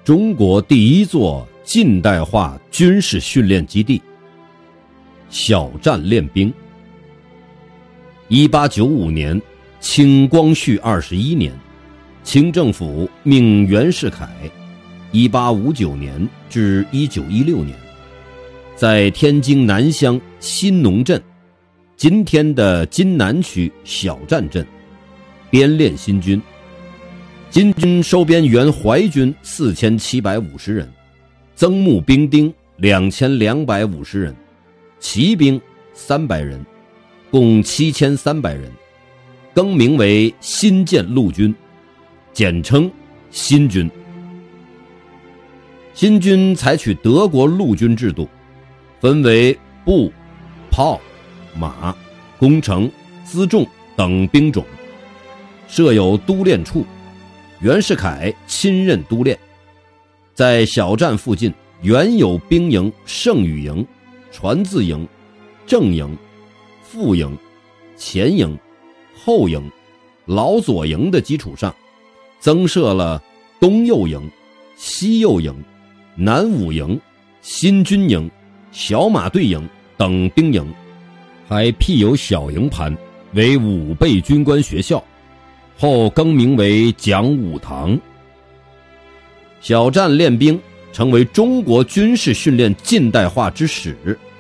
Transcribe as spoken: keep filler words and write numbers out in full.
中国第一座近代化军事训练基地——小站练兵。一八九五年，清光绪二十一年，清政府命袁世凯一八五九年至一九一六年，在天津南乡新农镇（今天的津南区小站镇）编练新军。金军收编原淮军四千七百五十人，增募兵丁两千两百五十人，骑兵三百人，共七千三百人，更名为新建陆军，简称新军。新军采取德国陆军制度，分为步、炮、马、工程、辎重等兵种，设有督练处，袁世凯亲任督练。在小站附近原有兵营圣宇营、传字营、正营、副营、前营、后营、老左营的基础上，增设了东右营、西右营、南五营、新军营、小马队营等兵营，还辟有小营盘为武备军官学校，后更名为讲武堂。小站练兵成为中国军事训练近代化之始。